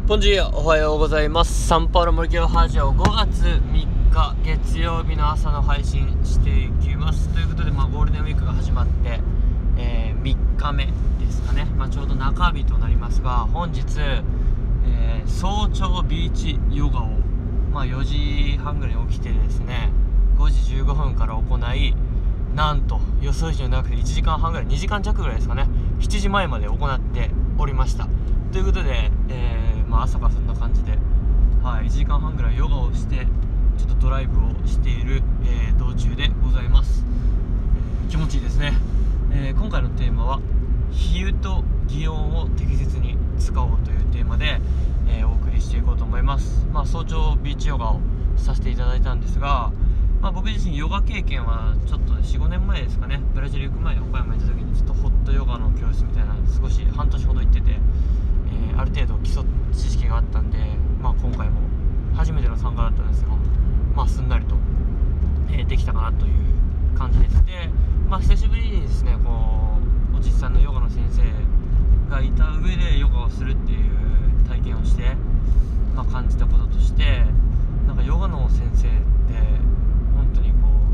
こんにちは、おはようございます。サンパウロ森清ラジオ5月3日月曜日の朝の配信していきます。ということで、ゴールデンウィークが始まって、3日目ですかね。ちょうど中日となりますが、本日、早朝ビーチヨガを、4時半ぐらいに起きてですね、5時15分から行い、なんと予想以上に長くて1時間半ぐらい、2時間弱ぐらいですかね、7時前まで行っておりました。ということで、朝からそんな感じで、1時間半ぐらいヨガをしてちょっとドライブをしている、道中でございます。気持ちいいですね。今回のテーマは比喩と擬音を適切に使おうというテーマで、お送りしていこうと思います。早朝ビーチヨガをさせていただいたんですが、僕自身ヨガ経験はちょっと 4,5 年前ですかね。ブラジル行く前に岡山行った時にちょっとホットヨガの教室みたいな少し半年ほど行ってて、ある程度基礎知識があったんで、今回も初めての参加だったんですが、すんなりと、できたかなという感じです。で、久しぶりにですね、おじさんのヨガの先生がいた上でヨガをするっていう体験をして、感じたこととして、ヨガの先生って本当に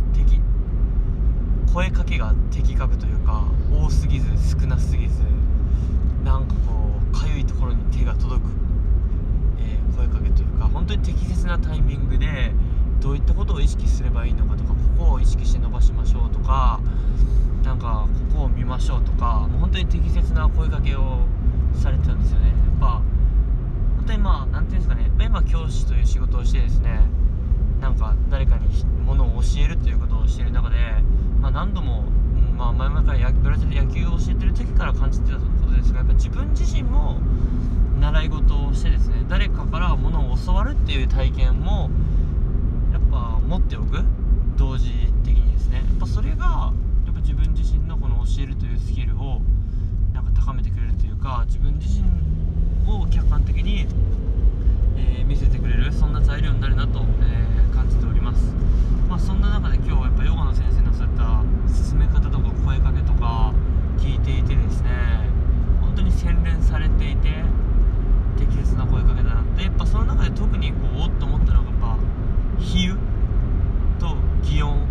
声かけが的確というか、多すぎず少なすぎず、かゆいところに手が届く、声かけというか、本当に適切なタイミングでどういったことを意識すればいいのかとか、ここを意識して伸ばしましょうとか、ここを見ましょうとか、もう本当に適切な声かけをされてたんですよね。やっぱ本当になんていうんですかね、今教師という仕事をしてですね、誰かにものを教えるということをしている中で、何度も、前々からブラジルで野球を教えてる時から感じてたことですが、やっぱ自分自身も習い事をしてですね、誰かからものを教わるっていう体験もやっぱ持っておく、同時的にですね、やっぱそれがやっぱ自分自身のこの教えるというスキルを高めてくれるというか、自分自身を客観的に、見せてくれる、そんな材料になるなと、感じております。そんな中で今日はやっぱヨガの先生のそういった進め方とか声かけとか聞いていてですね、本当に洗練されていて適切な声かけだなって、やっぱその中で特におっと思ったのが、やっぱ比喩と擬音を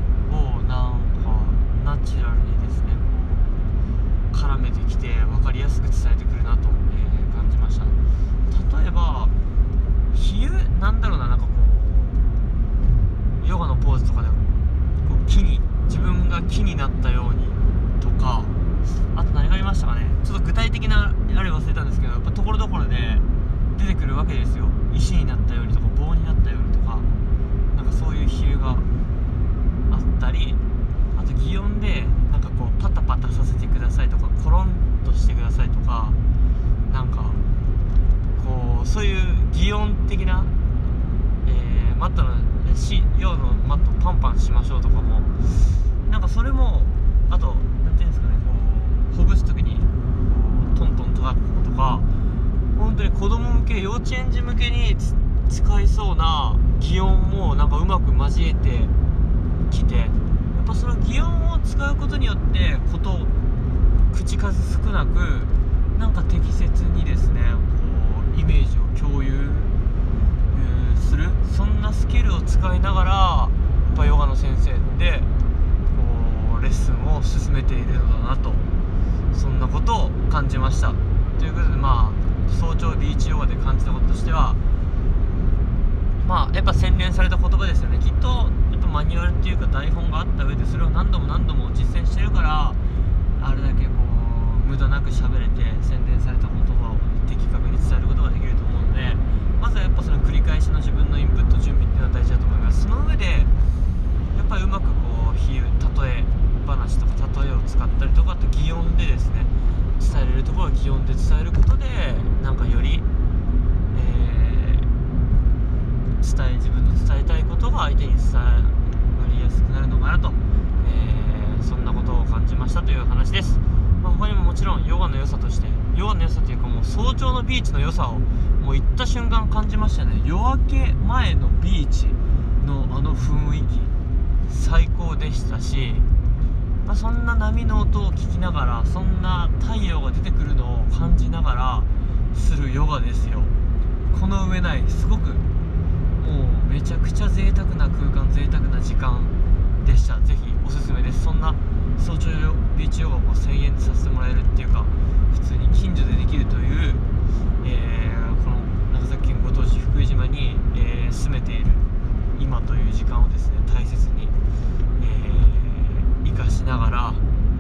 ナチュラルにですね絡めてきて分かりやすく伝えてくるなと、感じました。例えば比喩ヨガのポーズとかでも自分が木になったようにとか、あと何がありましたかね、ちょっと具体的なあれ忘れたんですけど、やっぱところどころで出てくるわけですよ。石になったようにとか棒になったようにとか、そういう比喩があったり、あと擬音でパタパタさせてくださいとか、コロンとしてくださいとか、そういう擬音的な、マットの用のマットをパンパンしましょうとかも、それも、あとなんていうんですかね、ほぐすときにトントン叩くとか、本当に子供向け、幼稚園児向けに使いそうな擬音もうまく交えてきて、やっぱその擬音を使うことによって口数少なく適切にですねイメージを共有する、そんなスキルを使いながらやっぱヨガの先生でレッスンを進めているのだなと、そんなことを感じました。ということで、早朝ビーチヨガで感じたこととしては、やっぱ洗練された言葉ですよね。きっとやっぱマニュアルっていうか台本があった上でそれを何度も実践してるから、あれだけ無駄なく喋れて洗練された言葉を的確に伝えることができると思うので、まずはやっぱその繰り返しの自分のインプット準備っていうのは大事だと思います。その上でやっぱりうまく比喩、例え話とか例えを使ったりとか、あと擬音でですね伝えれるところは擬音で伝えることでより、自分の伝えたいことが相手に伝わりやすくなるのかなと、そんなことを感じましたという話です。他にももちろんヨガの良さというか、もう早朝のビーチの良さをもう行った瞬間感じましたね。夜明け前のビーチの雰囲気最高でしたし、そんな波の音を聞きながら、そんな太陽が出てくるのを感じながらするヨガですよ。 この上ない、すごくもうめちゃくちゃ贅沢な空間、贅沢な時間でした。ぜひおすすめです。そんな早朝ビーチヨガを1000円でさせてもらえるっていうか、普通に近所でできるという、この長崎県五島市福江島に、住めている今という時間をですね、大切に、生かしながら、過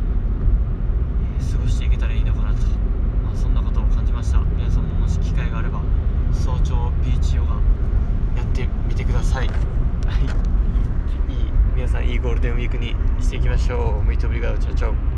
ごしていけたらいいのかなと、そんなことを感じました。皆さんももし機会があれば早朝ビーチヨガやってみてください。はい、皆さんいいゴールデンウィークにしていきましょう。Muito obrigado, tchau tchau。